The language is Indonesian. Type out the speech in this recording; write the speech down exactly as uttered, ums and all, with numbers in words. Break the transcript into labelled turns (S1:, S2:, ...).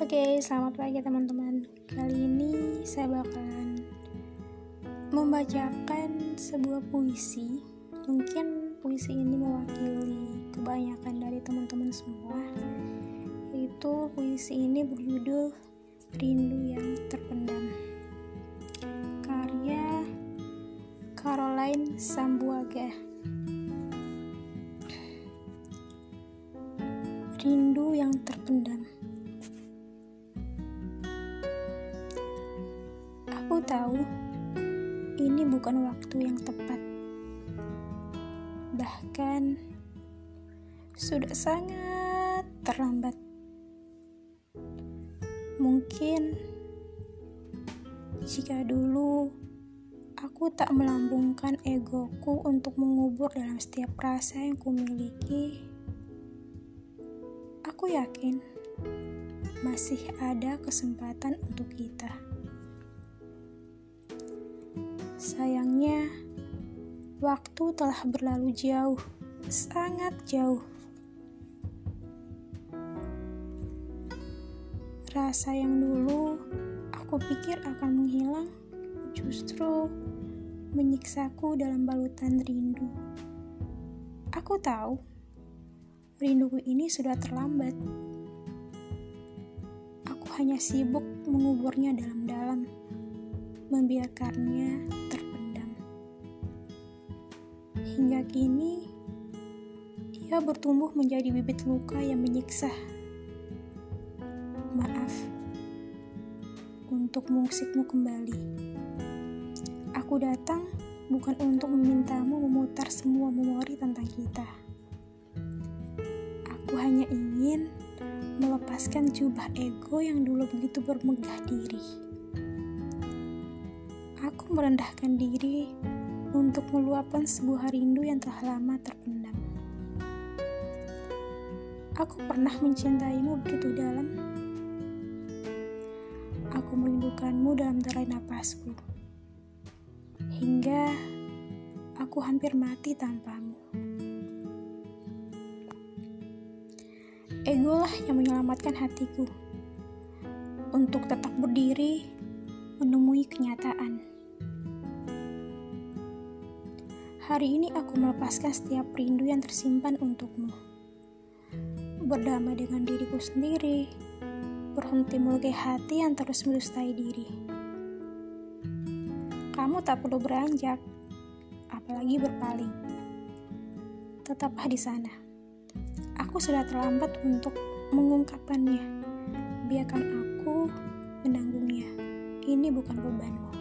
S1: Oke, selamat pagi teman-teman. Kali ini saya bakalan membacakan sebuah puisi. Mungkin puisi ini mewakili kebanyakan dari teman-teman semua. Yaitu puisi ini berjudul Rindu yang Terpendam. Karya Caroline Sambuaga. Rindu yang terpendam. Aku tahu ini bukan waktu yang tepat. Bahkan sudah sangat terlambat. Mungkin jika dulu aku tak melambungkan egoku untuk mengubur dalam setiap rasa yang kumiliki, aku yakin masih ada kesempatan untuk kita. Sayangnya, waktu telah berlalu jauh, sangat jauh. Rasa yang dulu aku pikir akan menghilang, justru menyiksaku dalam balutan rindu. Aku tahu, rinduku ini sudah terlambat. Aku hanya sibuk menguburnya dalam-dalam, membiarkannya terpendam. Hingga kini, ia bertumbuh menjadi bibit luka yang menyiksa. Maaf untuk mengusikmu kembali. Aku datang bukan untuk memintamu memutar semua memori tentang kita. Aku hanya ingin melepaskan jubah ego yang dulu begitu bermegah diri. Aku merendahkan diri untuk meluapkan sebuah rindu yang telah lama terpendam. Aku pernah mencintaimu begitu dalam. Aku merindukanmu dalam derai napasku. Hingga aku hampir mati tanpamu. Egolah yang menyelamatkan hatiku untuk tetap berdiri menemui kenyataan. Hari ini aku melepaskan setiap rindu yang tersimpan untukmu. Berdamai dengan diriku sendiri, berhenti melukai hati yang terus mendustai diri. Kamu tak perlu beranjak, apalagi berpaling. Tetaplah di sana. Aku sudah terlambat untuk mengungkapkannya. Biarkan aku menanggungnya. Ini bukan bebanmu.